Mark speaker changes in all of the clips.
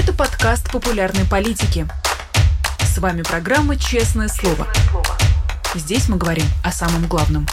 Speaker 1: Это подкаст популярной политики. С вами программа «Честное слово». Здесь мы говорим о самом главном.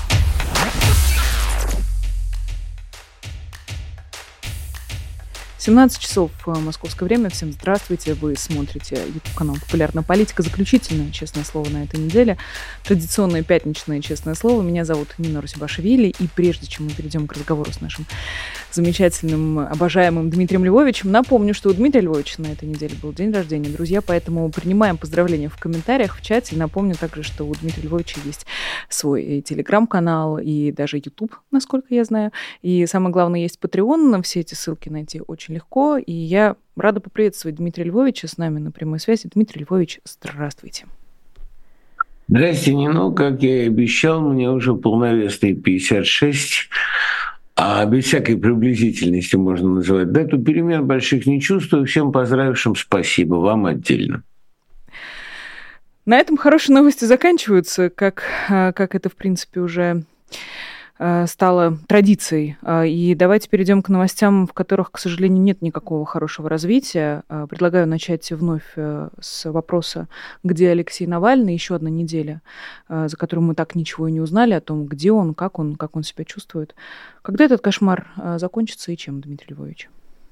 Speaker 1: 17 часов московское время. Всем здравствуйте. Вы смотрите YouTube-канал «Популярная политика». Заключительное «Честное слово» на этой неделе. Традиционное пятничное «Честное слово». Меня зовут Нина Русибашвили. И прежде чем мы перейдем к разговору с нашим замечательным, обожаемым Дмитрием Львовичем, напомню, что у Дмитрия Львовича на этой неделе был день рождения, друзья, поэтому принимаем поздравления в комментариях, в чате. И напомню также, что у Дмитрия Львовича есть свой телеграм-канал и даже YouTube, насколько я знаю. И самое главное, есть Patreon. Все эти ссылки найти очень легко. И я рада поприветствовать Дмитрия Львовича с нами на прямой связи. Дмитрий Львович, здравствуйте.
Speaker 2: Здрасте, Нино. Как я и обещал, мне уже полновесные 56. А без всякой приблизительности можно называть дату. Перемен больших не чувствую. Всем поздравившим спасибо. Вам отдельно.
Speaker 1: На этом хорошие новости заканчиваются, как это, в принципе, уже стало традицией. И давайте перейдем к новостям, в которых, к сожалению, нет никакого хорошего развития. Предлагаю начать вновь с вопроса, где Алексей Навальный. Еще одна неделя, за которую мы так ничего и не узнали о том, где он, как он себя чувствует. Когда этот кошмар закончится и чем, Дмитрий Львович?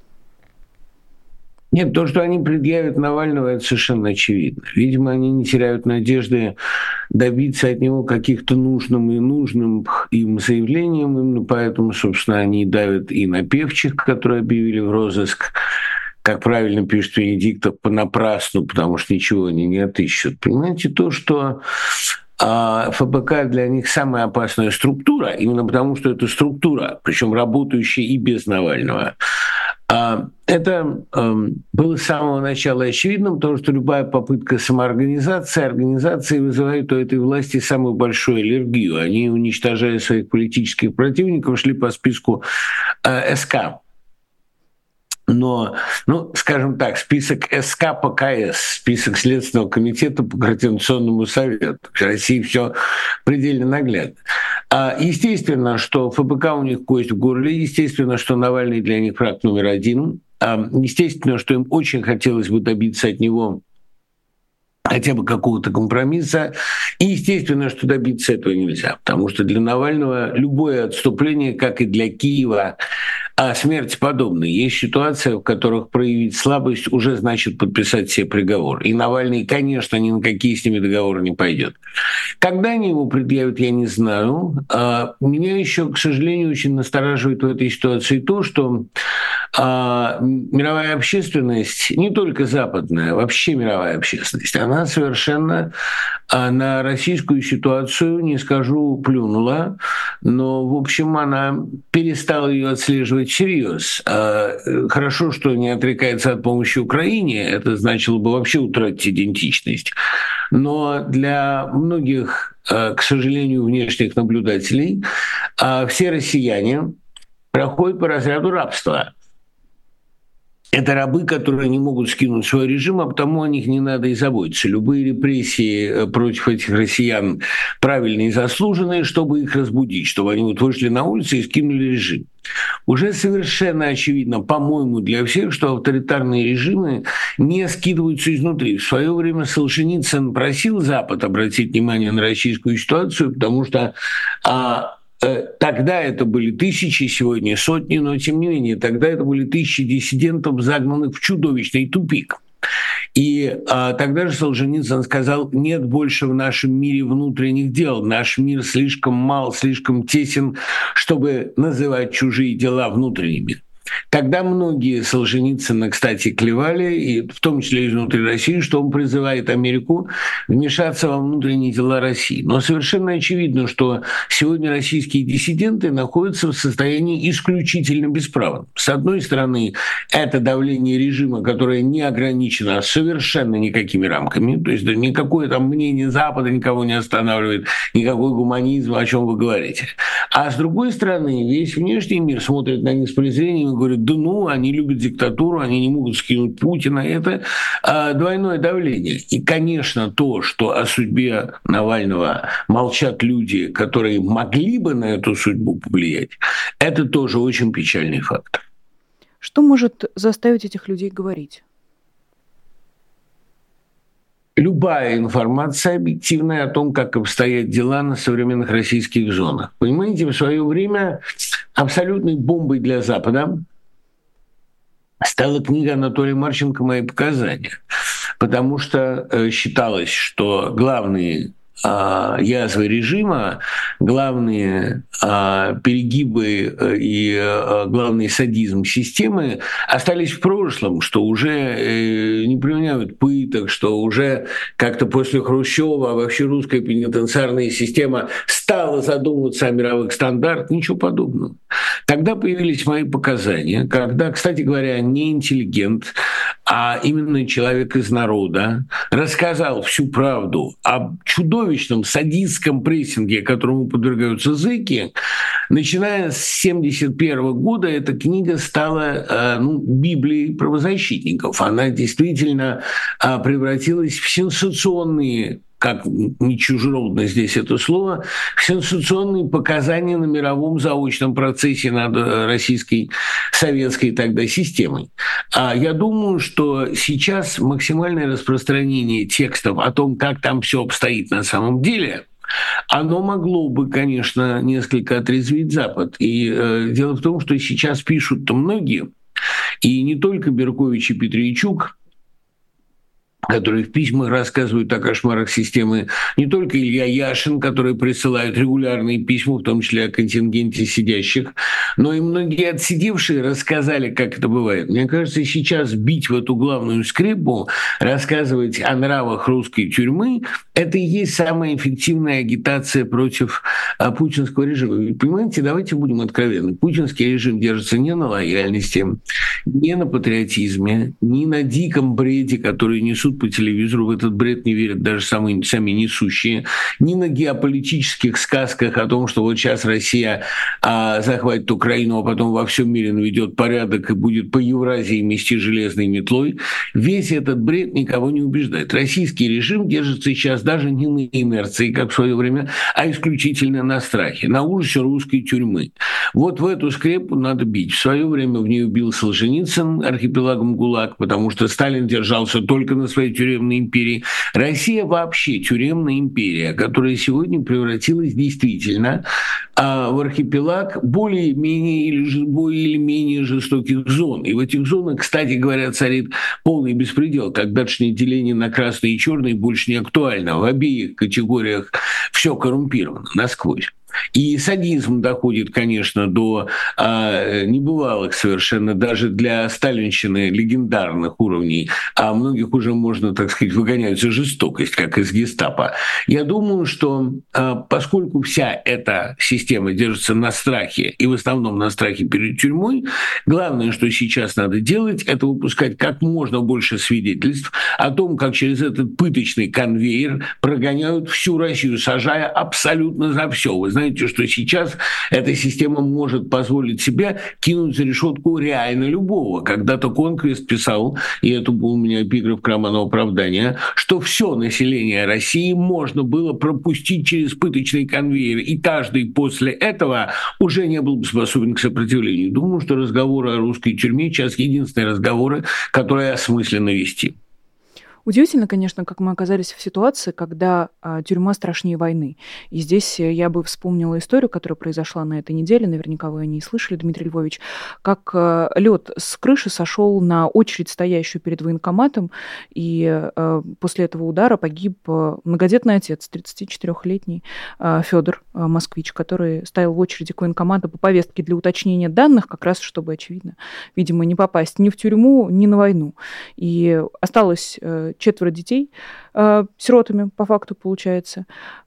Speaker 2: Нет, то, что они предъявят Навального, это совершенно очевидно. Видимо, они не теряют надежды добиться от него каких-то нужным им заявлением. Именно поэтому, собственно, они давят и на певчих, которые объявили в розыск. Как правильно пишет Венедиктов, понапрасну, потому что ничего они не отыщут. Понимаете, то, что ФБК для них самая опасная структура, именно потому что это структура, причем работающая и без Навального. Это было с самого начала очевидным, потому что любая попытка организации вызывает у этой власти самую большую аллергию. Они, уничтожая своих политических противников, шли по списку СК. Но, скажем так, список СК по КС, список Следственного комитета по Координационному совету. В России все предельно наглядно. Естественно, что ФБК у них кость в горле, естественно, что Навальный для них враг номер один, естественно, что им очень хотелось бы добиться от него хотя бы какого-то компромисса. И естественно, что добиться этого нельзя, потому что для Навального любое отступление, как и для Киева, смерти подобной. Есть ситуация, в которых проявить слабость уже значит подписать себе приговор. И Навальный, конечно, ни на какие с ними договоры не пойдет. Когда они его предъявят, я не знаю. Меня еще, к сожалению, очень настораживает в этой ситуации то, что мировая общественность, не только западная, вообще мировая общественность, она совершенно на российскую ситуацию, не скажу, плюнула, но, в общем, она перестала ее отслеживать всерьез. Хорошо, что не отрекается от помощи Украине, это значило бы вообще утратить идентичность. Но для многих, к сожалению, внешних наблюдателей, все россияне проходят по разряду рабства. Это рабы, которые не могут скинуть свой режим, а потому о них не надо и заботиться. Любые репрессии против этих россиян правильные и заслуженные, чтобы их разбудить, чтобы они вышли на улицы и скинули режим. Уже совершенно очевидно, по-моему, для всех, что авторитарные режимы не скидываются изнутри. В свое время Солженицын просил Запад обратить внимание на российскую ситуацию, потому что тогда это были тысячи, сегодня сотни, но тем не менее, тогда это были тысячи диссидентов, загнанных в чудовищный тупик. И тогда же Солженицын сказал: нет больше в нашем мире внутренних дел, наш мир слишком мал, слишком тесен, чтобы называть чужие дела внутренними. Тогда многие Солженицына, кстати, клевали, и в том числе изнутри России, что он призывает Америку вмешаться во внутренние дела России. Но совершенно очевидно, что сегодня российские диссиденты находятся в состоянии исключительно бесправным. С одной стороны, это давление режима, которое не ограничено совершенно никакими рамками, то есть никакое там мнение Запада никого не останавливает, никакой гуманизм, о чем вы говорите. А с другой стороны, весь внешний мир смотрит на них с презрением и говорит: они любят диктатуру, они не могут скинуть Путина. Это двойное давление. И, конечно, то, что о судьбе Навального молчат люди, которые могли бы на эту судьбу повлиять, это тоже очень печальный факт.
Speaker 1: Что может заставить этих людей говорить?
Speaker 2: любая информация объективная о том, как обстоят дела на современных российских зонах. Понимаете, в свое время абсолютной бомбой для Запада стала книга Анатолия Марченко «Мои показания», потому что считалось, что главные язвы режима, главные перегибы и главный садизм системы остались в прошлом, что уже не применяют пыток, что уже как-то после Хрущева вообще русская пенитенциарная система стала задумываться о мировых стандартах, ничего подобного. Тогда появились мои показания, когда, кстати говоря, не интеллигент, а именно человек из народа рассказал всю правду о чудовищном садистском прессинге, которому подвергаются зэки. Начиная с 1971 года эта книга стала Библией правозащитников. Она действительно превратилась в сенсационные, как не чужеродно здесь это слово, сенсационные показания на мировом заочном процессе над российской, советской тогда системой. Я думаю, что сейчас максимальное распространение текстов о том, как там все обстоит на самом деле, оно могло бы, конечно, несколько отрезвить Запад. И дело в том, что сейчас пишут-то многие, и не только Беркович и Петричук, которые в письмах рассказывают о кошмарах системы, не только Илья Яшин, который присылает регулярные письма, в том числе о контингенте сидящих, но и многие отсидевшие рассказали, как это бывает. Мне кажется, сейчас бить в эту главную скрипку, рассказывать о нравах русской тюрьмы, это и есть самая эффективная агитация против путинского режима. Ведь, понимаете, давайте будем откровенны. Путинский режим держится не на лояльности, не на патриотизме, не на диком бреде, который несут по телевизору, в этот бред не верят даже сами несущие, ни на геополитических сказках о том, что вот сейчас Россия захватит Украину, а потом во всем мире наведет порядок и будет по Евразии мести железной метлой. Весь этот бред никого не убеждает. Российский режим держится сейчас даже не на инерции, как в свое время, а исключительно на страхе, на ужасе русской тюрьмы. Вот в эту скрепу надо бить. В свое время в нее бил Солженицын архипелагом ГУЛАГ, потому что Сталин держался только на своей тюремной империи. Россия вообще тюремная империя, которая сегодня превратилась действительно в архипелаг более-менее или менее жестоких зон. И в этих зонах, кстати говоря, царит полный беспредел. Тогдашнее деление на красные и черные больше не актуально. В обеих категориях все коррумпировано насквозь. И садизм доходит, конечно, до небывалых совершенно, даже для сталинщины легендарных уровней, а многих уже можно, так сказать, выгонять за жестокость, как из гестапо. Я думаю, что поскольку вся эта система держится на страхе, и в основном на страхе перед тюрьмой, главное, что сейчас надо делать, это выпускать как можно больше свидетельств о том, как через этот пыточный конвейер прогоняют всю Россию, сажая абсолютно за все. Вы знаете, что сейчас эта система может позволить себе кинуть за решетку реально любого. Когда-то Конквест писал, и это был у меня эпиграф к роману «Оправдание», что все население России можно было пропустить через пыточный конвейер, и каждый после этого уже не был бы способен к сопротивлению. Думаю, что разговоры о русской тюрьме сейчас единственные разговоры, которые осмысленно вести.
Speaker 1: Удивительно, конечно, как мы оказались в ситуации, когда тюрьма страшнее войны. И здесь я бы вспомнила историю, которая произошла на этой неделе, наверняка вы о ней слышали, Дмитрий Львович, как лед с крыши сошел на очередь, стоящую перед военкоматом, и после этого удара погиб многодетный отец, 34-летний Федор Москвич, который стоял в очереди к военкомату по повестке для уточнения данных, как раз чтобы, очевидно, видимо, не попасть ни в тюрьму, ни на войну. И осталось 4 детей, сиротами по факту получается.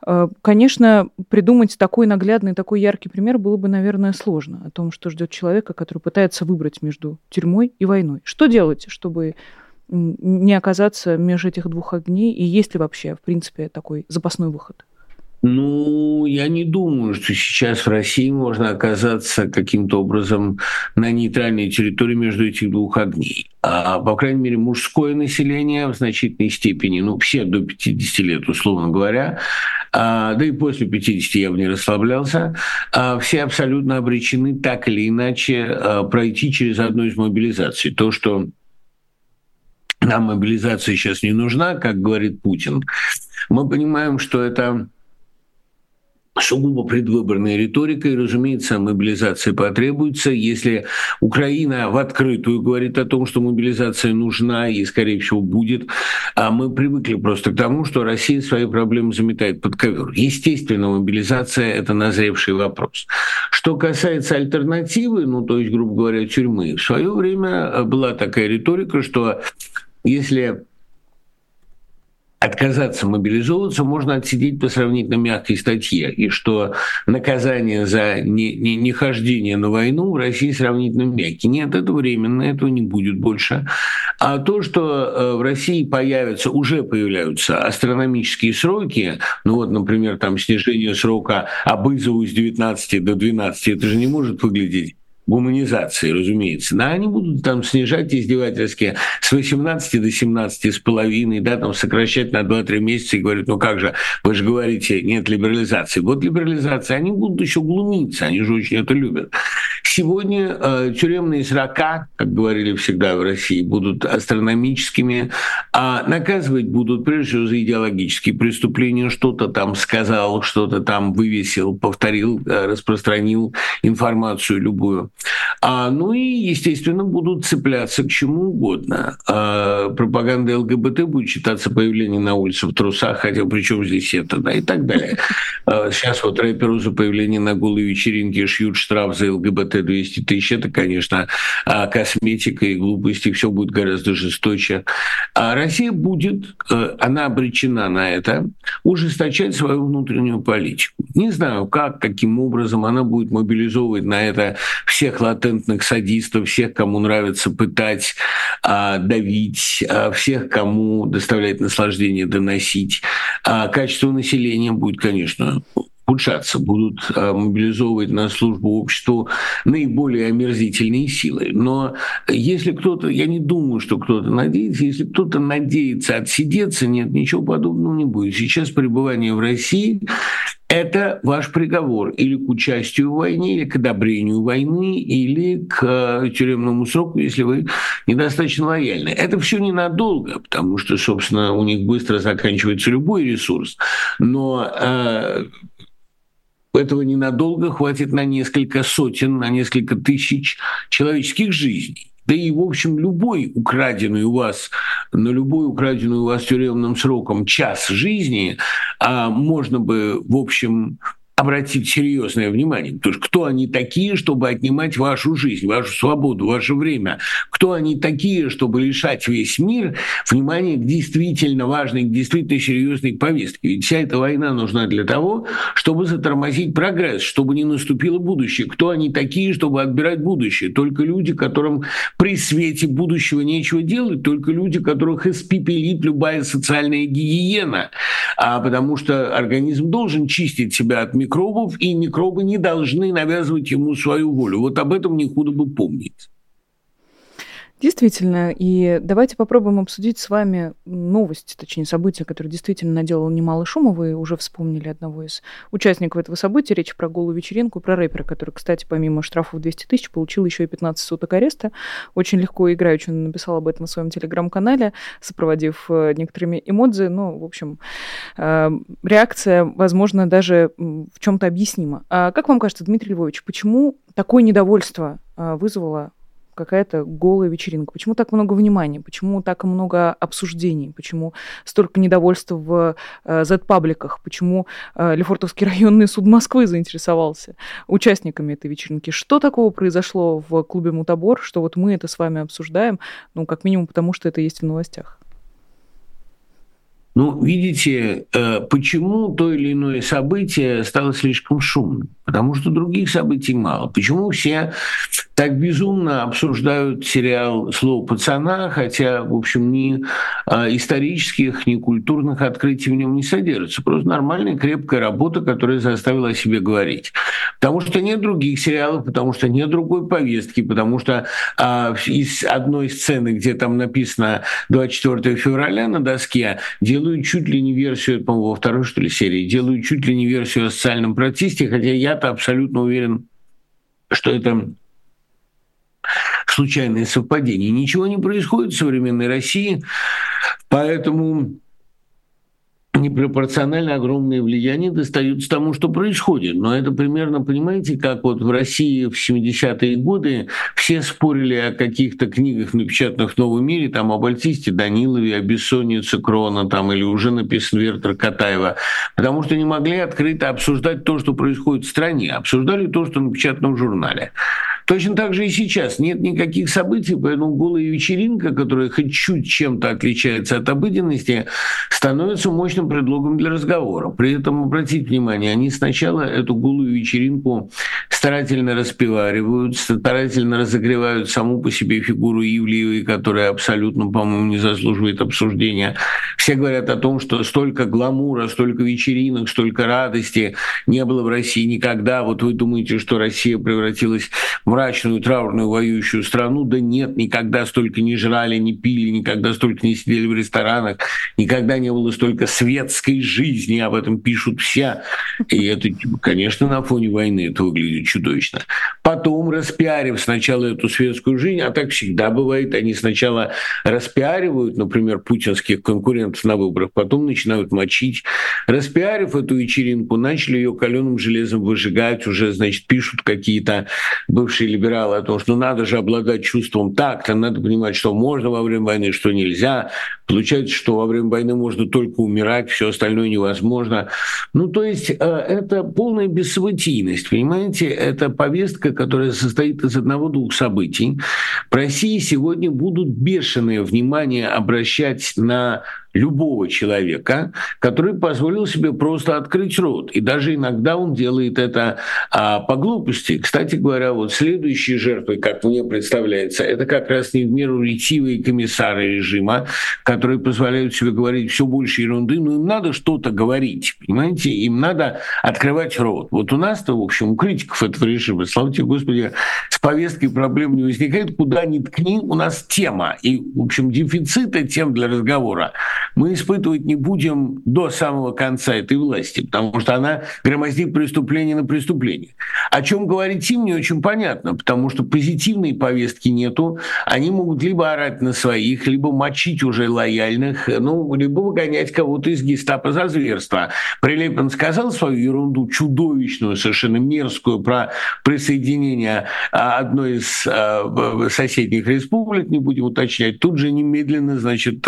Speaker 1: Конечно, придумать такой наглядный, такой яркий пример было бы, наверное, сложно о том, что ждет человека, который пытается выбрать между тюрьмой и войной. Что делать, чтобы не оказаться между этих двух огней? И есть ли вообще, в принципе, такой запасной выход?
Speaker 2: Я не думаю, что сейчас в России можно оказаться каким-то образом на нейтральной территории между этих двух огней. По крайней мере, мужское население в значительной степени, все до 50 лет, условно говоря, да и после 50 я бы не расслаблялся, все абсолютно обречены так или иначе пройти через одну из мобилизаций. То, что нам мобилизация сейчас не нужна, как говорит Путин, мы понимаем, что это сугубо предвыборная риторика, и, разумеется, мобилизация потребуется. Если Украина в открытую говорит о том, что мобилизация нужна и, скорее всего, будет, а мы привыкли просто к тому, что Россия свои проблемы заметает под ковер. Естественно, мобилизация – это назревший вопрос. Что касается альтернативы, то есть, грубо говоря, тюрьмы, в свое время была такая риторика, что если отказаться мобилизовываться, можно отсидеть по сравнительно мягкой статье, и что наказание за нехождение на войну в России сравнительно мягкие. Нет, это временно, этого не будет больше. А то, что в России уже появляются астрономические сроки, например, там снижение срока Абызову с 19 до 12, это же не может выглядеть гуманизации, разумеется. Да, они будут там снижать издевательски с 18 до 17 с половиной, сокращать на 2-3 месяца и говорят, как же, вы же говорите, нет либерализации. Вот либерализация, они будут еще глумиться, они же очень это любят. Сегодня тюремные срока, как говорили всегда в России, будут астрономическими, а наказывать будут прежде всего за идеологические преступления, что-то там сказал, что-то там вывесил, повторил, распространил информацию любую. И, естественно, будут цепляться к чему угодно. Пропаганда ЛГБТ будет считаться появление на улице в трусах, хотя при чем здесь это, и так далее. Сейчас рэперу за появление на голой вечеринке шьют штраф за ЛГБТ 200 тысяч. Это, конечно, косметика и глупости, все будет гораздо жесточе. А Россия будет, она обречена на это, ужесточать свою внутреннюю политику. Не знаю, каким образом она будет мобилизовывать на это всех латентных садистов, всех, кому нравится пытать, давить, всех, кому доставляет наслаждение доносить. Качество населения будет, конечно, ухудшаться, будут мобилизовывать на службу обществу наиболее омерзительные силы. Но если кто-то, я не думаю, что кто-то надеется, если кто-то надеется отсидеться, нет, ничего подобного не будет. Сейчас пребывание в России – это ваш приговор или к участию в войне, или к одобрению войны, или к тюремному сроку, если вы недостаточно лояльны. Это все ненадолго, потому что, собственно, у них быстро заканчивается любой ресурс. Но этого ненадолго хватит на несколько сотен, на несколько тысяч человеческих жизней. Да и, в общем, любой украденный у вас тюремным сроком час жизни можно бы, в общем, обратить серьезное внимание. Потому что кто они такие, чтобы отнимать вашу жизнь, вашу свободу, ваше время? Кто они такие, чтобы лишать весь мир внимания к действительно важной, к действительно серьезной повестке? Ведь вся эта война нужна для того, чтобы затормозить прогресс, чтобы не наступило будущее. Кто они такие, чтобы отбирать будущее? Только люди, которым при свете будущего нечего делать, только люди, которых испепелит любая социальная гигиена. Потому что организм должен чистить себя от микробов, и микробы не должны навязывать ему свою волю. Вот об этом не худо бы помнить.
Speaker 1: Действительно, и давайте попробуем обсудить с вами новость, точнее событие, которое действительно наделало немало шума. Вы уже вспомнили одного из участников этого события. Речь про голую вечеринку, про рэпера, который, кстати, помимо штрафов 200 тысяч, получил еще и 15 суток ареста. Очень легко и играючи он написал об этом в своем телеграм-канале, сопроводив некоторыми эмодзи. В общем, реакция, возможно, даже в чем-то объяснима. А как вам кажется, Дмитрий Львович, почему такое недовольство вызвало какая-то голая вечеринка? Почему так много внимания? Почему так много обсуждений? Почему столько недовольства в Z-пабликах? Почему Лефортовский районный суд Москвы заинтересовался участниками этой вечеринки? Что такого произошло в клубе «Мутабор», что вот мы это с вами обсуждаем? Как минимум потому, что это есть в новостях.
Speaker 2: Видите, почему то или иное событие стало слишком шумным? Потому что других событий мало. Почему все так безумно обсуждают сериал «Слово пацана», хотя, в общем, ни исторических, ни культурных открытий в нем не содержится. Просто нормальная, крепкая работа, которая заставила о себе говорить. Потому что нет других сериалов, потому что нет другой повестки, потому что из одной сцены, где там написано 24 февраля на доске, делают чуть ли не версию, это, по-моему, во второй, что ли, серии, делают чуть ли не версию о социальном протесте, хотя я-то абсолютно уверен, что это случайное совпадение. Ничего не происходит в современной России, поэтому непропорционально огромное влияние достается тому, что происходит. Но это примерно, понимаете, как вот в России в 70-е годы все спорили о каких-то книгах, напечатанных в «Новом мире», там об Альтисте Данилове, о Бессоннице Крона, там, или уже написан Вертер Катаева, потому что не могли открыто обсуждать то, что происходит в стране, обсуждали то, что напечатано в журнале. Точно так же и сейчас. Нет никаких событий, поэтому голая вечеринка, которая хоть чуть чем-то отличается от обыденности, становится мощным предлогом для разговора. При этом, обратите внимание, они сначала эту голую вечеринку старательно распиваривают, старательно разогревают саму по себе фигуру Ивлеевой, которая абсолютно, по-моему, не заслуживает обсуждения. Все говорят о том, что столько гламура, столько вечеринок, столько радости не было в России никогда. Вот вы думаете, что Россия превратилась в мрачную, траурную, воюющую страну? Да нет, никогда столько не жрали, не пили, никогда столько не сидели в ресторанах, никогда не было столько светской жизни, об этом пишут все. И это, конечно, на фоне войны это выглядит чудовищно. Потом, распиарив сначала эту светскую жизнь, а так всегда бывает, они сначала распиаривают, например, путинских конкурентов на выборах, потом начинают мочить. Распиарив эту вечеринку, начали ее каленым железом выжигать, уже, значит, пишут какие-то бывшие либералы о том, что надо же обладать чувством такта, надо понимать, что можно во время войны, что нельзя. Получается, что во время войны можно только умирать, все остальное невозможно. Ну, то есть это полная бессовытийность, понимаете? Это повестка, которая состоит из одного-двух событий. В России сегодня будут бешеное внимание обращать на любого человека, который позволил себе просто открыть рот. И даже иногда он делает это по глупости. Кстати говоря, вот следующей жертвой, как мне представляется, это как раз не в меру ретивые комиссары режима, которые позволяют себе говорить все больше ерунды, но им надо что-то говорить, понимаете? Им надо открывать рот. Вот у нас-то, в общем, у критиков этого режима, слава тебе, Господи, с повесткой проблем не возникает. Куда ни ткни, у нас тема. И, в общем, дефицита тем для разговора мы испытывать не будем до самого конца этой власти, потому что она громоздит преступление на преступление. О чем говорить им не очень понятно, потому что позитивной повестки нету. Они могут либо орать на своих, либо мочить уже лояльных, ну, либо выгонять кого-то из гестапо за зверство. Прилепин сказал свою ерунду чудовищную, совершенно мерзкую про присоединение одной из соседних республик, не будем уточнять, тут же немедленно, значит,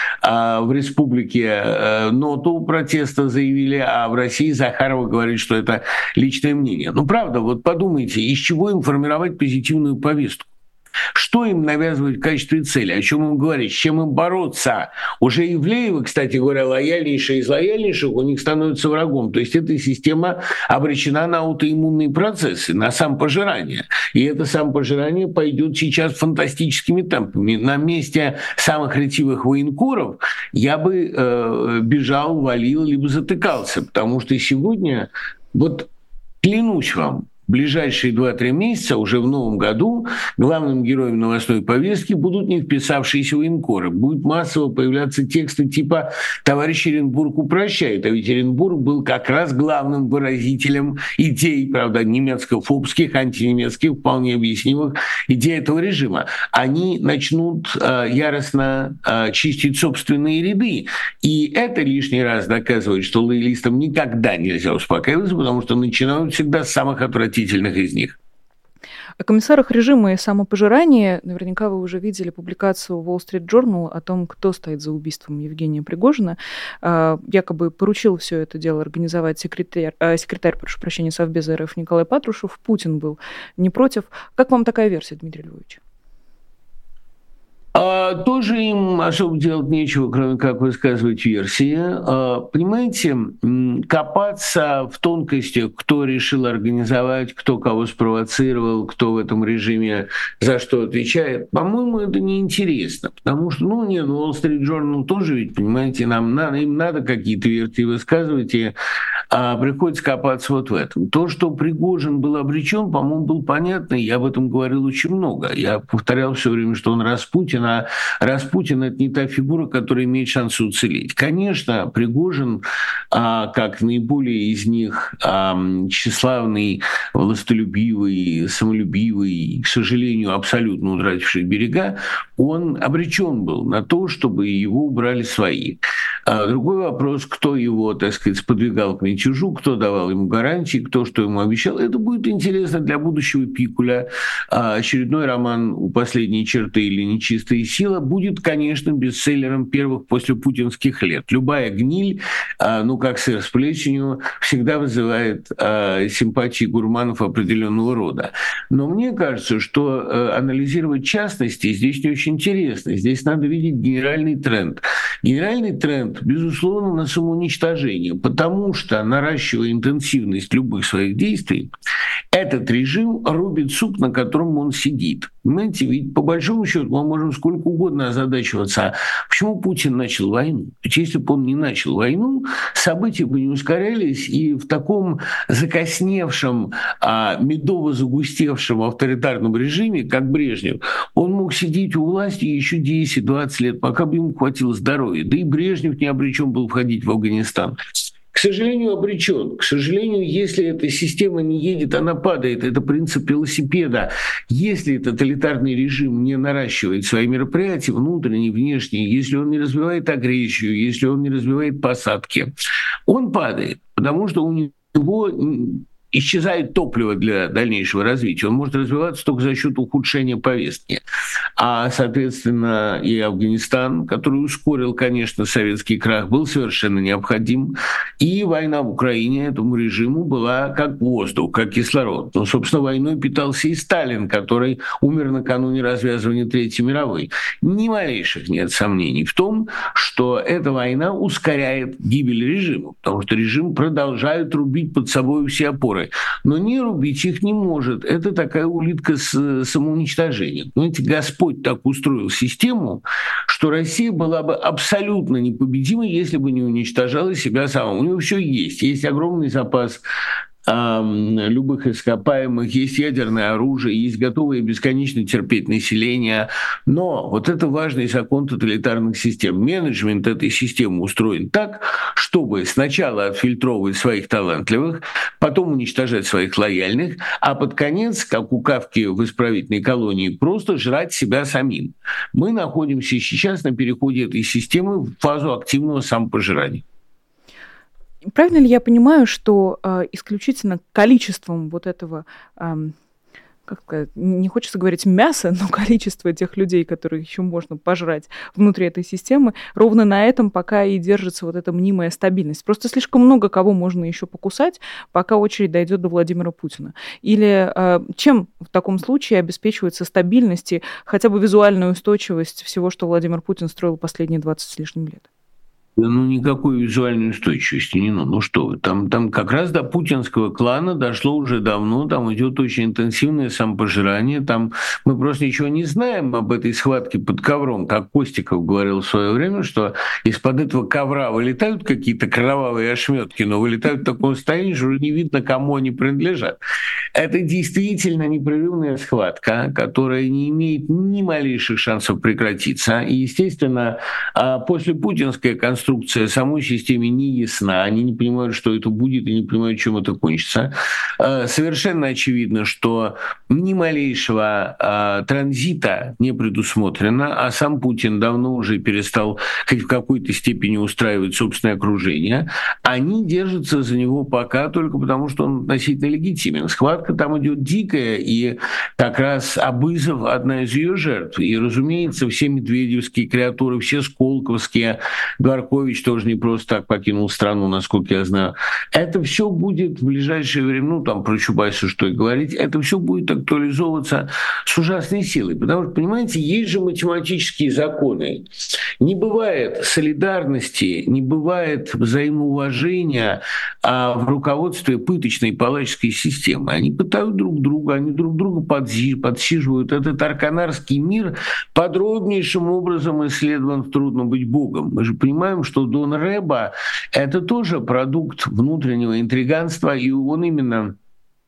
Speaker 2: в республике ноту протеста заявили, а в России Захарова говорит, что это личное мнение. Ну, правда, вот подумайте, из чего им формировать позитивную повестку? Что им навязывать в качестве цели? О чем им говорить? С чем им бороться? Уже Ивлеева, кстати говоря, лояльнейшая из лояльнейших, у них становится врагом. То есть эта система обречена на аутоиммунные процессы, на самопожирание. И это самопожирание пойдет сейчас фантастическими темпами. На месте самых ретивых военкоров я бы бежал, валил, либо затыкался. Потому что сегодня, вот клянусь вам, в ближайшие 2-3 месяца, уже в новом году, главным героем новостной повестки будут не вписавшиеся военкоры. Будут массово появляться тексты типа «Товарищ Оренбург упрощает», а ведь Оренбург был как раз главным выразителем идей, правда, немецко-фобских, антинемецких, вполне объяснимых идей этого режима. Они начнут яростно чистить собственные ряды. И это лишний раз доказывает, что лоялистам никогда нельзя успокаиваться, потому что начинают всегда с самых отвратительных из них.
Speaker 1: О комиссарах режима и самопожирании наверняка вы уже видели публикацию Wall Street Journal о том, кто стоит за убийством Евгения Пригожина. Якобы поручил все это дело организовать секретарь, прошу прощения, Совбеза РФ Николай Патрушев. Путин был не против. Как вам такая версия, Дмитрий Львович?
Speaker 2: Тоже им особо делать нечего, кроме как высказывать версии. Понимаете, копаться в тонкостях, кто решил организовать, кто кого спровоцировал, кто в этом режиме за что отвечает, по-моему, это неинтересно. Потому что, Wall Street Journal тоже ведь, понимаете, им надо какие-то версии высказывать, и приходится копаться вот в этом. То, что Пригожин был обречен, по-моему, было понятно, я об этом говорил очень много. Я повторял все время, что он Распутин, а Распутин — это не та фигура, которая имеет шанс уцелеть. Конечно, Пригожин, как наиболее из них тщеславный, властолюбивый, самолюбивый, к сожалению, абсолютно утративший берега, он обречен был на то, чтобы его убрали свои. Другой вопрос, кто его, так сказать, сподвигал к мятежу, кто давал ему гарантии, кто что ему обещал. Это будет интересно для будущего Пикуля. Очередной роман «У последней черты» или «Нечистая сила» будет, конечно, бестселлером первых послепутинских лет. Любая гниль, как сыр с плесенью, всегда вызывает симпатии гурманов определенного рода. Но мне кажется, что анализировать частности здесь не очень интересно. Здесь надо видеть генеральный тренд. Генеральный тренд, безусловно, на самоуничтожение, потому что, наращивая интенсивность любых своих действий, этот режим рубит сук, на котором он сидит. Понимаете, ведь по большому счету мы можем сколько угодно озадачиваться, почему Путин начал войну. Ведь если бы он не начал войну, события бы не ускорялись, и в таком закосневшем, медово-загустевшем авторитарном режиме, как Брежнев, он мог сидеть у власти еще 10-20 лет, пока бы ему хватило здоровья. Да и Брежнев не обречен был входить в Афганистан. К сожалению, обречен. К сожалению, если эта система не едет, она падает. Это принцип велосипеда. Если тоталитарный режим не наращивает свои мероприятия, внутренние, внешние, если он не развивает агрессию, если он не развивает посадки, он падает, потому что у него исчезает топливо для дальнейшего развития. Он может развиваться только за счет ухудшения повестки. Соответственно, и Афганистан, который ускорил, конечно, советский крах, был совершенно необходим. И война в Украине этому режиму была как воздух, как кислород. Но, собственно, войной питался и Сталин, который умер накануне развязывания Третьей мировой. Ни малейших нет сомнений в том, что эта война ускоряет гибель режима, потому что режим продолжает рубить под собой все опоры. Но не рубить их не может. Это такая улитка с самоуничтожением. Понимаете, Господь так устроил систему, что Россия была бы абсолютно непобедима, если бы не уничтожала себя сама. У нее все есть. Есть огромный запас любых ископаемых, есть ядерное оружие, есть готовое бесконечно терпеть население. Но вот это важный закон тоталитарных систем. Менеджмент этой системы устроен так, чтобы сначала отфильтровывать своих талантливых, потом уничтожать своих лояльных, а под конец, как у Кафки в исправительной колонии, просто жрать себя самим. Мы находимся сейчас на переходе этой системы в фазу активного самопожирания.
Speaker 1: Правильно ли я понимаю, что исключительно количеством вот этого, как сказать, не хочется говорить мяса, но количество тех людей, которых еще можно пожрать внутри этой системы, ровно на этом пока и держится вот эта мнимая стабильность? Просто слишком много кого можно еще покусать, пока очередь дойдет до Владимира Путина. Или чем в таком случае обеспечивается стабильность и хотя бы визуальная устойчивость всего, что Владимир Путин строил последние 20 с лишним лет?
Speaker 2: Никакой визуальной устойчивости не надо. Ну что вы, там как раз до путинского клана дошло уже давно, там идет очень интенсивное самопожирание, там мы просто ничего не знаем об этой схватке под ковром, как Костиков говорил в свое время, что из-под этого ковра вылетают какие-то кровавые ошметки, но вылетают в таком состоянии, что уже не видно, кому они принадлежат. Это действительно непрерывная схватка, которая не имеет ни малейших шансов прекратиться. И, естественно, после путинской конструкция самой системе не ясна. Они не понимают, что это будет, и не понимают, чем это кончится. Совершенно очевидно, что ни малейшего транзита не предусмотрено, а сам Путин давно уже перестал хоть в какой-то степени устраивать собственное окружение. Они держатся за него пока только потому, что он относительно легитимен. Схватка там идет дикая, и как раз Абызов — одна из ее жертв. И, разумеется, все медведевские креатуры, все сколковские, Дворкович тоже не просто так покинул страну, насколько я знаю. Это все будет в ближайшее время, там про Чубайса что и говорить, это все будет актуализовываться с ужасной силой. Потому что, понимаете, есть же математические законы. Не бывает солидарности, не бывает взаимоуважения в руководстве пыточной палаческой системы. Они пытают друг друга, они друг друга подсиживают. Этот арканарский мир подробнейшим образом исследован в «Трудно быть Богом». Мы же понимаем, что Дон Рэба – это тоже продукт внутреннего интриганства, и он именно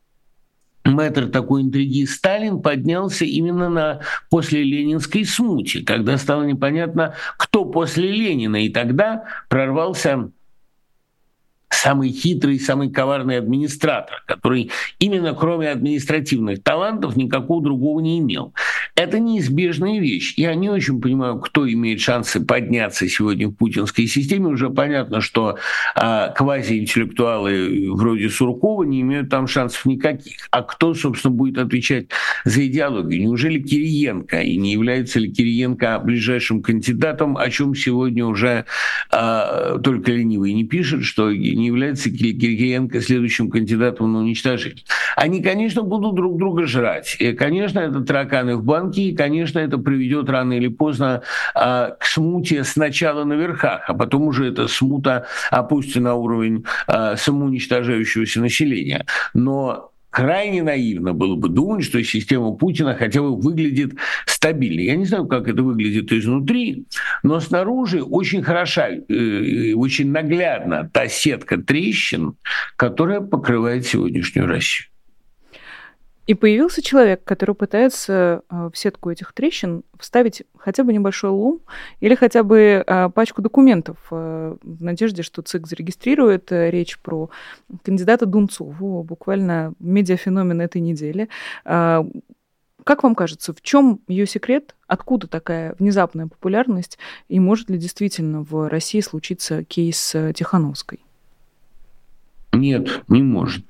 Speaker 2: мэтр такой интриги Сталин поднялся именно на послеленинской смуте, когда стало непонятно, кто после Ленина, и тогда прорвался самый хитрый, самый коварный администратор, который именно кроме административных талантов никакого другого не имел. Это неизбежная вещь. Я не очень понимаю, кто имеет шансы подняться сегодня в путинской системе. Уже понятно, что квазиинтеллектуалы вроде Суркова не имеют там шансов никаких. А кто, собственно, будет отвечать за идеологию? Неужели Кириенко? И не является ли Кириенко ближайшим кандидатом, о чем сегодня уже только ленивый не пишет, что не является Кириенко следующим кандидатом на уничтожение. Они, конечно, будут друг друга жрать. И, конечно, это тараканы в банке, и, конечно, это приведет рано или поздно к смуте сначала на верхах, а потом уже эта смута опустится на уровень самоуничтожающегося населения. Но крайне наивно было бы думать, что система Путина хотя бы выглядит стабильно. Я не знаю, как это выглядит изнутри, но снаружи очень хороша, очень наглядна та сетка трещин, которая покрывает сегодняшнюю Россию.
Speaker 1: И появился человек, который пытается в сетку этих трещин вставить хотя бы небольшой лом или хотя бы пачку документов в надежде, что ЦИК зарегистрирует речь про кандидата Дунцову, буквально медиафеномен этой недели. Как вам кажется, в чем ее секрет? Откуда такая внезапная популярность? И может ли действительно в России случиться кейс Тихановской?
Speaker 2: Нет, не может.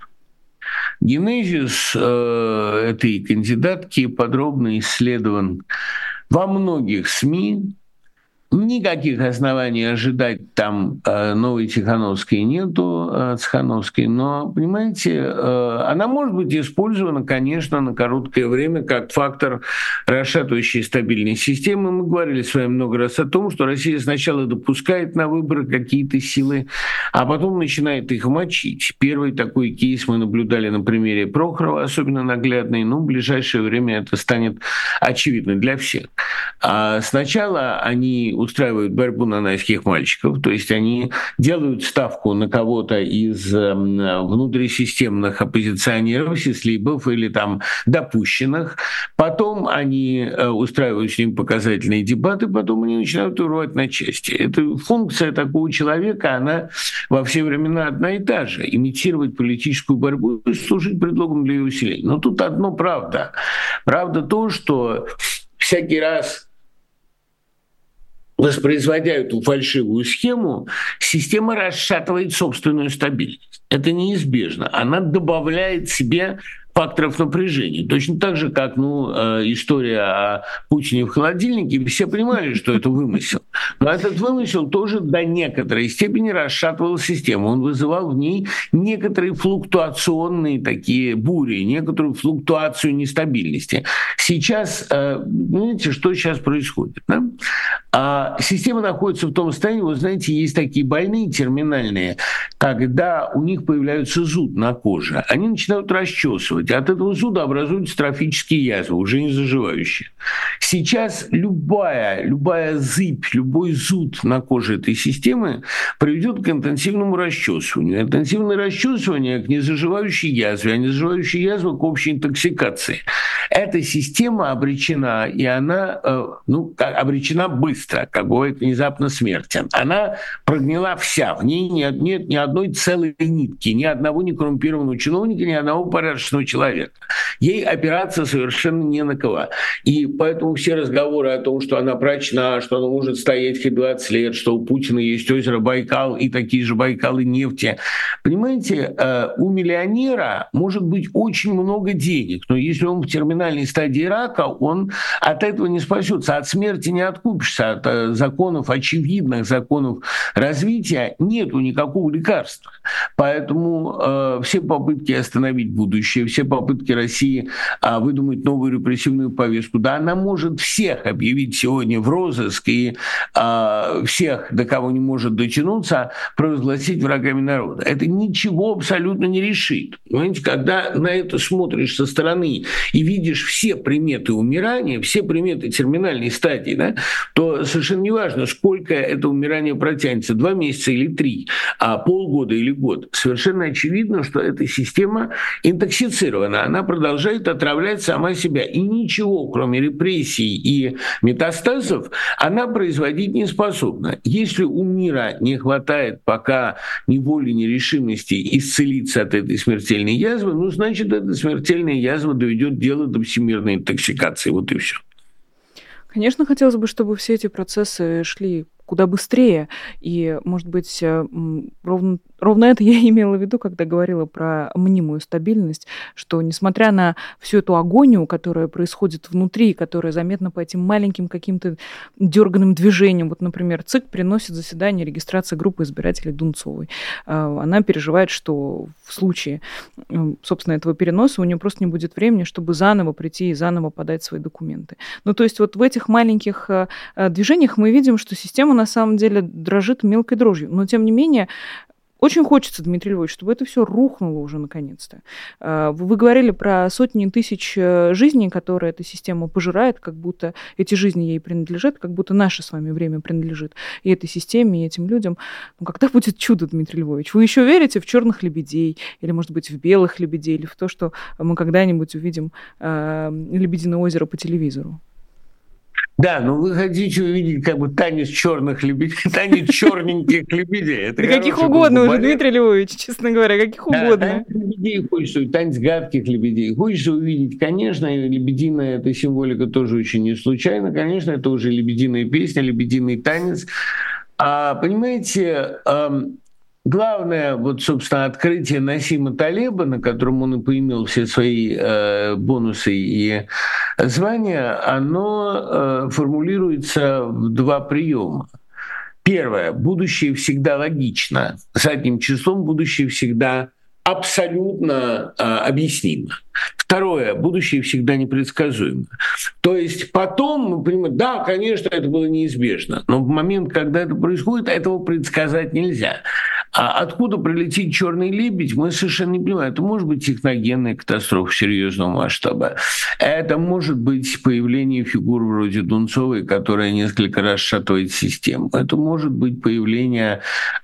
Speaker 2: Генезис этой кандидатки подробно исследован во многих СМИ. Никаких оснований ожидать там новой Тихановской нету, Цхановской, но, понимаете, она может быть использована, конечно, на короткое время как фактор расшатывающей стабильность системы. Мы говорили с вами много раз о том, что Россия сначала допускает на выборы какие-то силы, а потом начинает их мочить. Первый такой кейс мы наблюдали на примере Прохорова, особенно наглядный, но в ближайшее время это станет очевидно для всех. А сначала они устраивают борьбу нанайских мальчиков, то есть они делают ставку на кого-то из внутрисистемных оппозиционеров, сислибов или там допущенных, потом они устраивают с ним показательные дебаты, потом они начинают урвать на части. Это функция такого человека, она во все времена одна и та же — имитировать политическую борьбу и служить предлогом для ее усиления. Но тут одно правда. Правда то, что всякий раз, воспроизводя эту фальшивую схему, система расшатывает собственную стабильность. Это неизбежно. Она добавляет себе факторов напряжения. Точно так же, как история о Путине в холодильнике. Все понимали, что это вымысел. Но этот вымысел тоже до некоторой степени расшатывал систему. Он вызывал в ней некоторые флуктуационные такие бури, некоторую флуктуацию нестабильности. Сейчас, видите, что сейчас происходит? Да? Система находится в том состоянии, вы знаете, есть такие больные терминальные, когда у них появляется зуд на коже, они начинают расчесывать. От этого зуда образуются трофические язвы, уже не заживающие. Сейчас любая зыбь, любой зуд на коже этой системы приведет к интенсивному расчесыванию. Интенсивное расчесывание к незаживающей язве, а незаживающая язва к общей интоксикации. Эта система обречена, и она обречена быстро, как бывает внезапно смерть. Она прогнила вся, в ней нет ни одной целой нитки, ни одного некоррумпированного чиновника, ни одного порядочного человека. Ей опираться совершенно не на кого. И поэтому все разговоры о том, что она прочна, что она может стоять хоть 20 лет, что у Путина есть озеро Байкал и такие же Байкалы нефти. Понимаете, у миллионера может быть очень много денег, но если он в терминальной стадии рака, он от этого не спасется, от смерти не откупишься, от законов, очевидных законов развития нету никакого лекарства. Поэтому все попытки остановить будущее, все попытки России выдумать новую репрессивную повестку, да, она может может всех объявить сегодня в розыск и всех, до кого не может дотянуться, провозгласить врагами народа. Это ничего абсолютно не решит. Понимаете, когда на это смотришь со стороны и видишь все приметы умирания, все приметы терминальной стадии, да, то совершенно неважно, сколько это умирание протянется, 2 месяца или 3, полгода или год. Совершенно очевидно, что эта система интоксицирована, она продолжает отравлять сама себя. И ничего, кроме репрессий и метастазов, она производить не способна. Если у мира не хватает пока ни воли, ни решимости исцелиться от этой смертельной язвы, ну, значит, эта смертельная язва доведет дело до всемирной интоксикации. Вот и все.
Speaker 1: Конечно, хотелось бы, чтобы все эти процессы шли куда быстрее. И, может быть, ровно это я имела в виду, когда говорила про мнимую стабильность, что, несмотря на всю эту агонию, которая происходит внутри, которая заметна по этим маленьким каким-то дерганым движениям, вот, например, ЦИК приносит заседание регистрации группы избирателей Дунцовой. Она переживает, что в случае, собственно, этого переноса у нее просто не будет времени, чтобы заново прийти и заново подать свои документы. Ну, то есть вот в этих маленьких движениях мы видим, что система на самом деле дрожит мелкой дрожью. Но, тем не менее, очень хочется, Дмитрий Львович, чтобы это все рухнуло уже наконец-то. Вы говорили про сотни тысяч жизней, которые эта система пожирает, как будто эти жизни ей принадлежат, как будто наше с вами время принадлежит и этой системе, и этим людям. Ну, когда будет чудо, Дмитрий Львович? Вы еще верите в черных лебедей, или, может быть, в белых лебедей, или в то, что мы когда-нибудь увидим Лебединое озеро по телевизору?
Speaker 2: Да, но вы хотите увидеть как бы танец черных лебедей, танец черненьких лебедей.
Speaker 1: Да каких угодно уже, Дмитрий Львович, честно говоря, каких угодно.
Speaker 2: Танец лебедей хочется, танец гадких лебедей. Хочется увидеть, конечно, лебединая эта символика тоже очень не случайна. Конечно, это уже лебединая песня, лебединый танец. Понимаете, главное, вот, собственно, открытие Насима Талеба, на котором он и поимел все свои бонусы и звания, оно формулируется в 2 приема. Первое. Будущее всегда логично. Задним числом будущее всегда абсолютно объяснимо. Второе. Будущее всегда непредсказуемо. То есть потом мы понимаем, да, конечно, это было неизбежно, но в момент, когда это происходит, этого предсказать нельзя. А откуда прилетит черный лебедь, мы совершенно не понимаем. Это может быть техногенная катастрофа серьезного масштаба. Это может быть появление фигур вроде Дунцовой, которая несколько раз шатает систему. Это может быть появление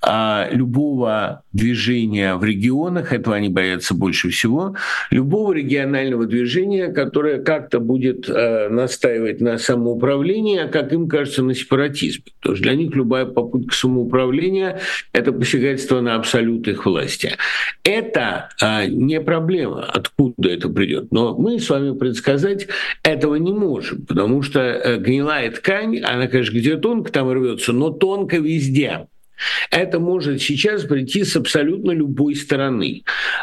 Speaker 2: любого движения в регионах, этого они боятся больше всего, любого регионального движения, которое как-то будет настаивать на самоуправлении, а, как им кажется, на сепаратизме. Потому что для них любая попытка самоуправления — это посягательство на абсолют их власти. Это не проблема, откуда это придет. Но мы с вами предсказать этого не можем, потому что гнилая ткань, она, конечно, где тонко там рвется, но тонко везде. Это может сейчас прийти с абсолютно любой стороны.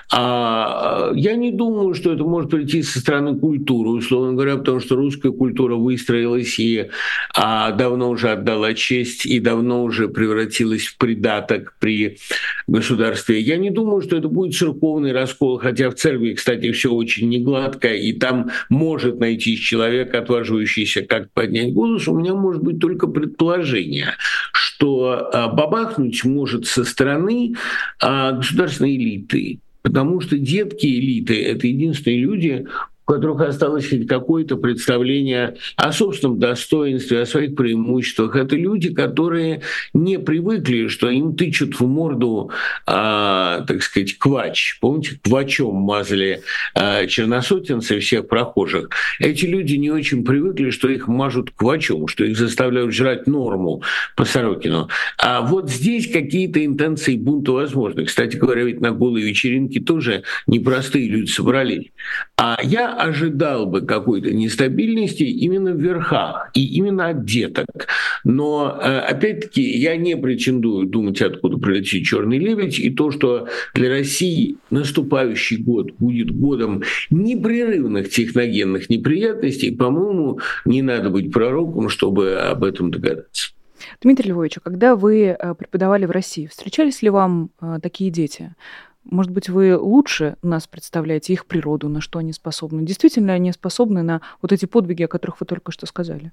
Speaker 2: Я не думаю, что это может прийти со стороны культуры, условно говоря, потому что русская культура выстроилась и давно уже отдала честь и давно уже превратилась в придаток при государстве. Я не думаю, что это будет церковный раскол, хотя в церкви, кстати, все очень негладко, и там может найтись человек, отваживающийся как поднять голос. У меня может быть только предположение, что бабахнуть может со стороны государственной элиты, потому что детки элиты — это единственные люди, у которых осталось хоть какое-то представление о собственном достоинстве, о своих преимуществах. Это люди, которые не привыкли, что им тычут в морду, так сказать, квач. Помните, квачом мазали черносотенцы всех прохожих? Эти люди не очень привыкли, что их мажут квачом, что их заставляют жрать норму по Сорокину. А вот здесь какие-то интенции бунта возможны. Кстати говоря, ведь на голой вечеринке тоже непростые люди собрались. А я ожидал бы какой-то нестабильности именно в верхах и именно от деток. Но, опять-таки, я не претендую думать, откуда прилетит черный лебедь, и то, что для России наступающий год будет годом непрерывных техногенных неприятностей, по-моему, не надо быть пророком, чтобы об этом догадаться.
Speaker 1: Дмитрий Львович, когда вы преподавали в России, встречались ли вам такие дети? Может быть, вы лучше нас представляете, их природу, на что они способны? Действительно ли они способны на вот эти подвиги, о которых вы только что сказали?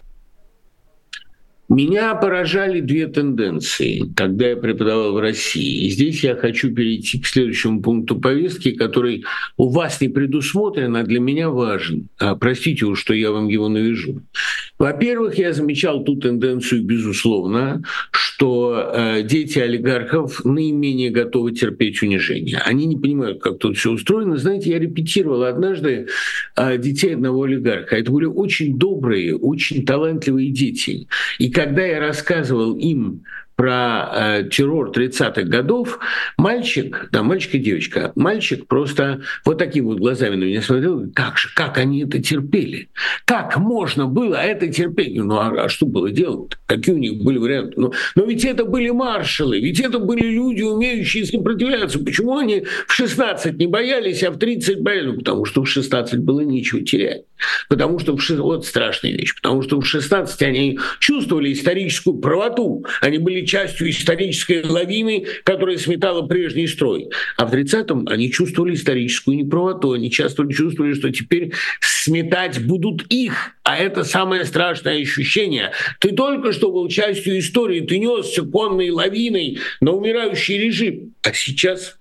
Speaker 2: Меня поражали две тенденции, когда я преподавал в России. И здесь я хочу перейти к следующему пункту повестки, который у вас не предусмотрен, а для меня важен. Простите уж, что я вам его навяжу. Во-первых, я замечал ту тенденцию, безусловно, что дети олигархов наименее готовы терпеть унижение. Они не понимают, как тут все устроено. Знаете, я репетировал однажды детей одного олигарха. Это были очень добрые, очень талантливые дети. И когда я рассказывал им про террор 30-х годов, мальчик и девочка, мальчик просто вот такими вот глазами на меня смотрел, как они это терпели? Как можно было это терпеть? А что было делать? Какие у них были варианты? Но ведь это были маршалы, ведь это были люди, умеющие сопротивляться. Почему они в 16 не боялись, а в 30 боялись? Потому что в 16 было нечего терять. Потому что вот страшная вещь, потому что в 16 они чувствовали историческую правоту, они были частью исторической лавины, которая сметала прежний строй. А в 30-м они чувствовали историческую неправоту, они часто чувствовали, что теперь сметать будут их, а это самое страшное ощущение. Ты только что был частью истории, ты несся конной лавиной на умирающий режим, а сейчас...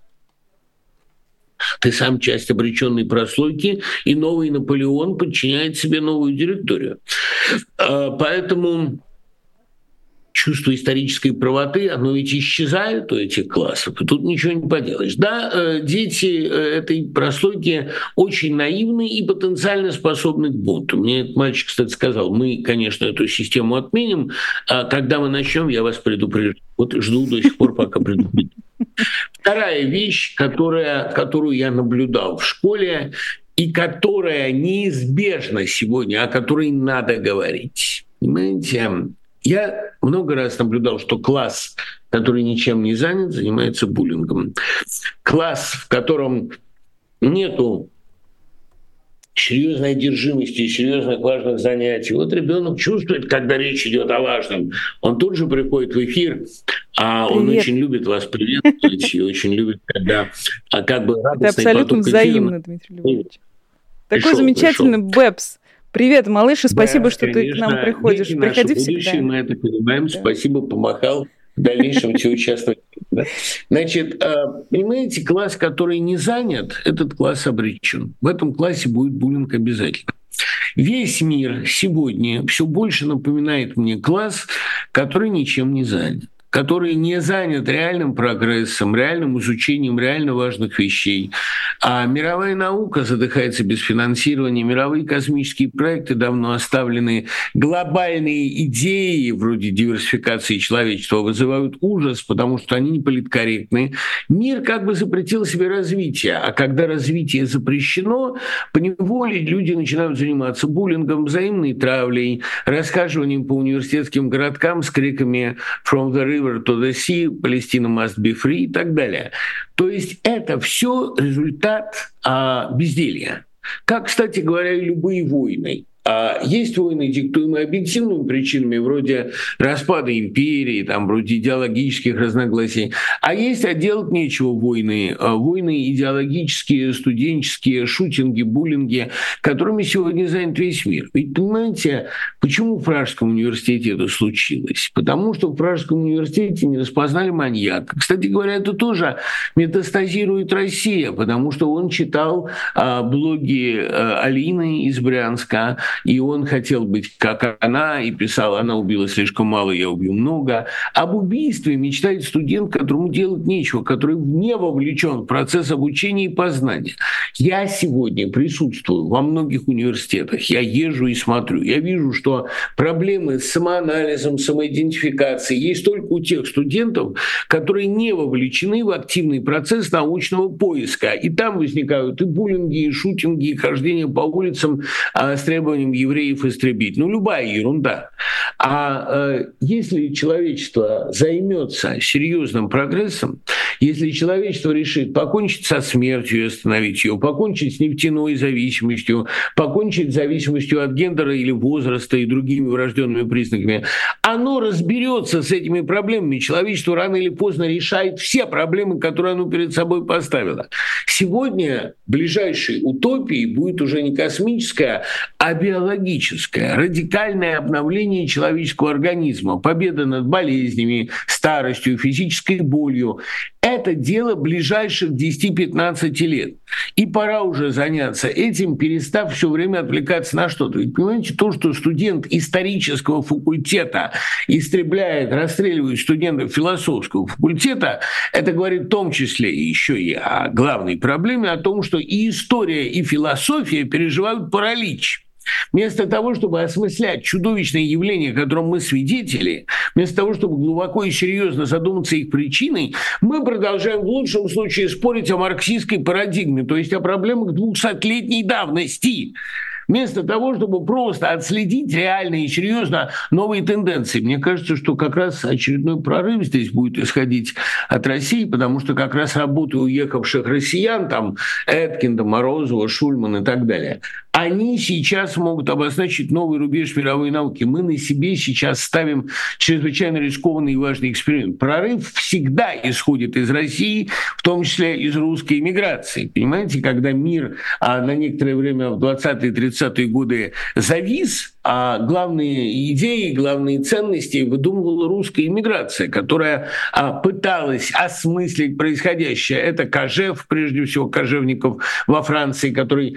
Speaker 2: Ты сам часть обреченной прослойки, и новый Наполеон подчиняет себе новую директорию. Поэтому чувство исторической правоты, оно ведь исчезает у этих классов, и тут ничего не поделаешь. Да, дети этой прослойки очень наивны и потенциально способны к бунту. Мне этот мальчик, кстати, сказал, мы, конечно, эту систему отменим, а когда мы начнем, я вас предупрежу. Вот жду до сих пор, пока предупрежу. Вторая вещь, которую я наблюдал в школе, и которая неизбежна сегодня, о которой надо говорить. Понимаете, я много раз наблюдал, что класс, который ничем не занят, занимается буллингом. Класс, в котором нету серьезной одержимости, серьезных важных занятий. Вот ребенок чувствует, когда речь идет о важном, он тут же приходит в эфир, он очень любит вас приветствовать и очень любит, когда как бы радостный
Speaker 1: это абсолютно взаимно, Дмитрий Львович. Такой замечательный Бэбс. Привет, малыш, и спасибо, что ты к нам приходишь. Приходи всегда.
Speaker 2: Мы это понимаем. Да. Спасибо, помахал. В дальнейшем все участвовать. Значит, понимаете, класс, который не занят, этот класс обречен. В этом классе будет буллинг обязательно. Весь мир сегодня все больше напоминает мне класс, который ничем не занят, который не занят реальным прогрессом, реальным изучением реально важных вещей. А мировая наука задыхается без финансирования, мировые космические проекты давно оставлены, глобальные идеи вроде диверсификации человечества вызывают ужас, потому что они не политкорректны. Мир как бы запретил себе развитие, а когда развитие запрещено, поневоле люди начинают заниматься буллингом, взаимной травлей, расхаживанием по университетским городкам с криками «From the river to the sea», «Palestine must be free» и так далее. То есть это все результат безделья. Как, кстати говоря, и любые войны. Есть войны, диктуемые объективными причинами, вроде распада империи, там, вроде идеологических разногласий. А есть, делать нечего войны. Войны идеологические, студенческие, шутинги, буллинги, которыми сегодня занят весь мир. Ведь, понимаете, почему в Пражском университете это случилось? Потому что в Пражском университете не распознали маньяка. Кстати говоря, это тоже метастазирует Россия, потому что он читал блоги Алины из Брянска, и он хотел быть как она, и писал, она убила слишком мало, я убью много. Об убийстве мечтает студент, которому делать нечего, который не вовлечен в процесс обучения и познания. Я сегодня присутствую во многих университетах, я езжу и смотрю, я вижу, что проблемы с самоанализом, самоидентификацией есть только у тех студентов, которые не вовлечены в активный процесс научного поиска. И там возникают и буллинги, и шутинги, и хождение по улицам с требованием евреев истребить. Любая ерунда. Если человечество займется серьезным прогрессом, Если человечество решит покончить со смертью и остановить ее, покончить с нефтяной зависимостью, покончить с зависимостью от гендера или возраста и другими врожденными признаками, оно разберется с этими проблемами. Человечество рано или поздно решает все проблемы, которые оно перед собой поставило. Сегодня ближайшей утопией будет уже не космическая, а биологическая. Радикальное обновление человеческого организма, победа над болезнями, старостью, физической болью. Это дело ближайших 10-15 лет. И пора уже заняться этим, перестав все время отвлекаться на что-то. Ведь понимаете, то, что студент исторического факультета истребляет, расстреливает студентов философского факультета, это говорит в том числе еще и о главной проблеме, о том, что и история, и философия переживают паралич. Вместо того, чтобы осмыслять чудовищные явления, которым мы свидетели, вместо того, чтобы глубоко и серьезно задуматься их причиной, мы продолжаем в лучшем случае спорить о марксистской парадигме, то есть о проблемах 200-летней давности. Вместо того, чтобы просто отследить реально и серьезно новые тенденции. Мне кажется, что как раз очередной прорыв здесь будет исходить от России, потому что как раз работы уехавших россиян, там Эткинда, Морозова, Шульман и так далее, они сейчас могут обозначить новый рубеж мировой науки. Мы на себе сейчас ставим чрезвычайно рискованный и важный эксперимент. Прорыв всегда исходит из России, в том числе из русской эмиграции. Понимаете, когда мир на некоторое время в 20-е, 30-е годы завис, а главные идеи, главные ценности выдумывала русская эмиграция, которая пыталась осмыслить происходящее. Это Кожев, прежде всего, Кожевников во Франции, который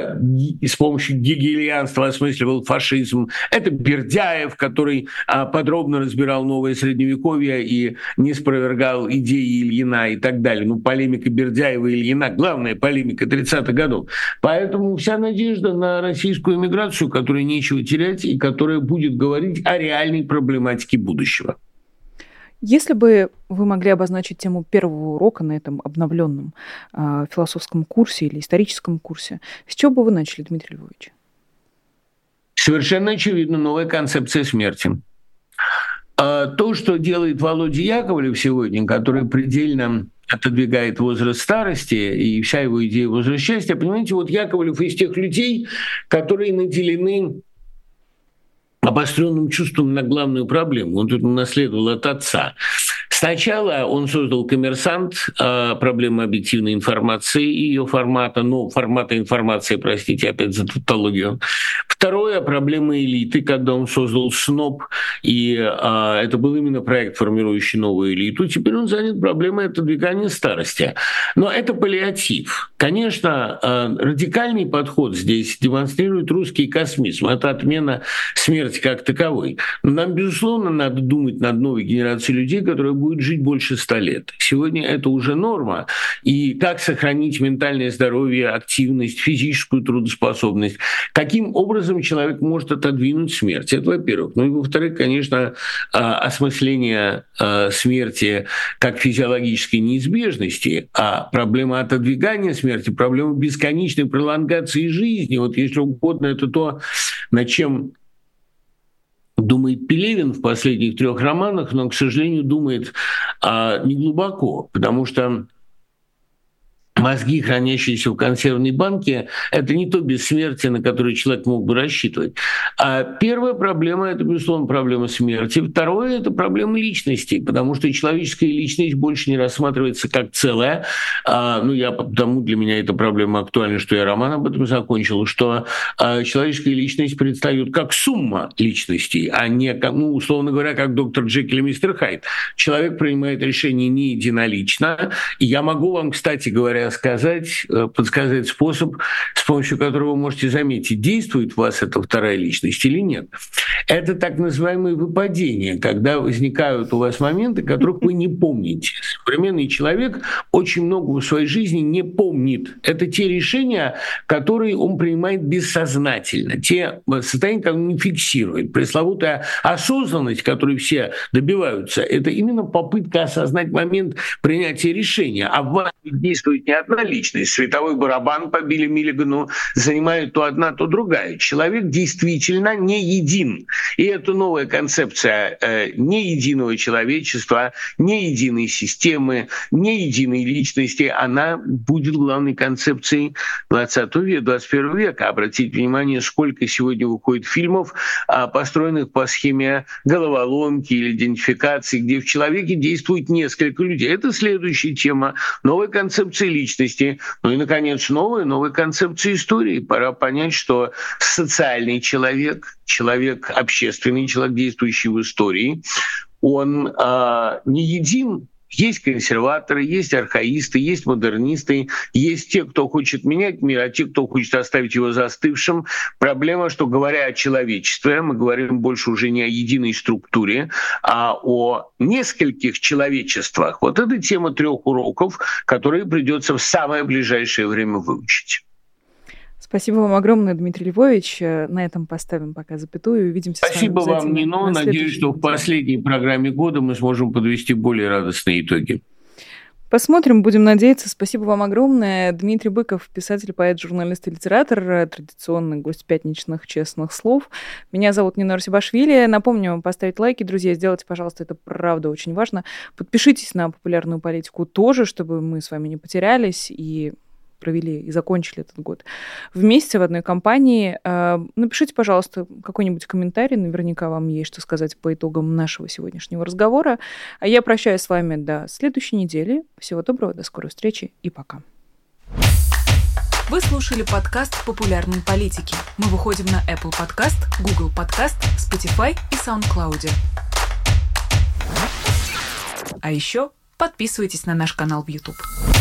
Speaker 2: с помощью гегельянства осмысливал фашизм. Это Бердяев, который подробно разбирал новое Средневековье и не спровергал идеи Ильина и так далее. Ну, полемика Бердяева и Ильина — главная полемика 30-х годов. Поэтому вся надежда на российскую эмиграцию, которой нечего терять и которая будет говорить о реальной проблематике будущего.
Speaker 1: Если бы вы могли обозначить тему первого урока на этом обновленном философском курсе или историческом курсе, с чего бы вы начали, Дмитрий Львович?
Speaker 2: Совершенно очевидно, новая концепция смерти. То, что делает Володя Яковлев сегодня, который предельно отодвигает возраст старости и вся его идея возраст счастья, понимаете, вот Яковлев из тех людей, которые наделены обостренным чувством на главную проблему. Он тут унаследовал от отца. Сначала он создал «Коммерсант», проблему объективной информации и ее формата, формата информации, простите, опять за тавтологию. Второе — проблема элиты, когда он создал СНОП, и это был именно проект, формирующий новую элиту. Теперь он занят проблемой отодвигания старости. Но это паллиатив. Конечно, радикальный подход здесь демонстрирует русский космизм. Это отмена смерти как таковой. Но нам, безусловно, надо думать над новой генерацией людей, которые будут жить больше 100 лет. Сегодня это уже норма. И как сохранить ментальное здоровье, активность, физическую трудоспособность? Каким образом человек может отодвинуть смерть? Это, во-первых. Ну и, во-вторых, конечно, осмысление смерти как физиологической неизбежности, а проблема отодвигания смерти, проблема бесконечной пролонгации жизни. Вот, если угодно, это то, над чем думает Пелевин в последних 3 романах, но, к сожалению, думает неглубоко, потому что мозги, хранящиеся в консервной банке, это не то бессмертие, на которое человек мог бы рассчитывать. А первая проблема — это, безусловно, проблема смерти. Второе — это проблема личности, потому что человеческая личность больше не рассматривается как целая. Потому для меня эта проблема актуальна, что я роман об этом закончил, что человеческая личность предстает как сумма личностей, а не, условно говоря, как доктор Джекиль и мистер Хайд. Человек принимает решение не единолично. И я могу вам, кстати говоря, подсказать способ, с помощью которого вы можете заметить, действует в вас эта вторая личность или нет. Это так называемые выпадения, когда возникают у вас моменты, которых вы не помните. Современный человек очень много в своей жизни не помнит. Это те решения, которые он принимает бессознательно, те состояния, которые он не фиксирует. Пресловутая осознанность, которой все добиваются, это именно попытка осознать момент принятия решения. А в вас действует не одна личность. Световой барабан по Билли Миллигану занимает то одна, то другая. Человек действительно не един. И это новая концепция не единого человечества, не единой системы, не единой личности. Она будет главной концепцией 20 века, 21 века. Обратите внимание, сколько сегодня выходит фильмов, построенных по схеме головоломки или идентификации, где в человеке действует несколько людей. Это следующая тема. Новая концепция личности. Ну и, наконец, новая концепция истории. Пора понять, что социальный человек, человек общественный, человек, действующий в истории, он не един. Есть консерваторы, есть архаисты, есть модернисты, есть те, кто хочет менять мир, а те, кто хочет оставить его застывшим. Проблема, что, говоря о человечестве, мы говорим больше уже не о единой структуре, а о нескольких человечествах. Вот это тема 3 уроков, которые придется в самое ближайшее время выучить.
Speaker 1: Спасибо вам огромное, Дмитрий Львович. На этом поставим пока запятую. Увидимся
Speaker 2: Спасибо
Speaker 1: с вами
Speaker 2: вам, Нино. Надеюсь, что в последней программе года мы сможем подвести более радостные итоги.
Speaker 1: Посмотрим, будем надеяться. Спасибо вам огромное. Дмитрий Быков, писатель, поэт, журналист и литератор, традиционный гость пятничных честных слов. Меня зовут Нина Арсибашвили. Напомню вам поставить лайки, друзья. Сделайте, пожалуйста, это правда очень важно. Подпишитесь на «Популярную политику» тоже, чтобы мы с вами не потерялись и провели и закончили этот год вместе в одной компании. Напишите, пожалуйста, какой-нибудь комментарий. Наверняка вам есть что сказать по итогам нашего сегодняшнего разговора. А я прощаюсь с вами до следующей недели. Всего доброго, до скорой встречи и пока.
Speaker 3: Вы слушали подкаст «Популярной политики». Мы выходим на Apple Podcast, Google Podcast, Spotify и SoundCloud. А еще подписывайтесь на наш канал в YouTube.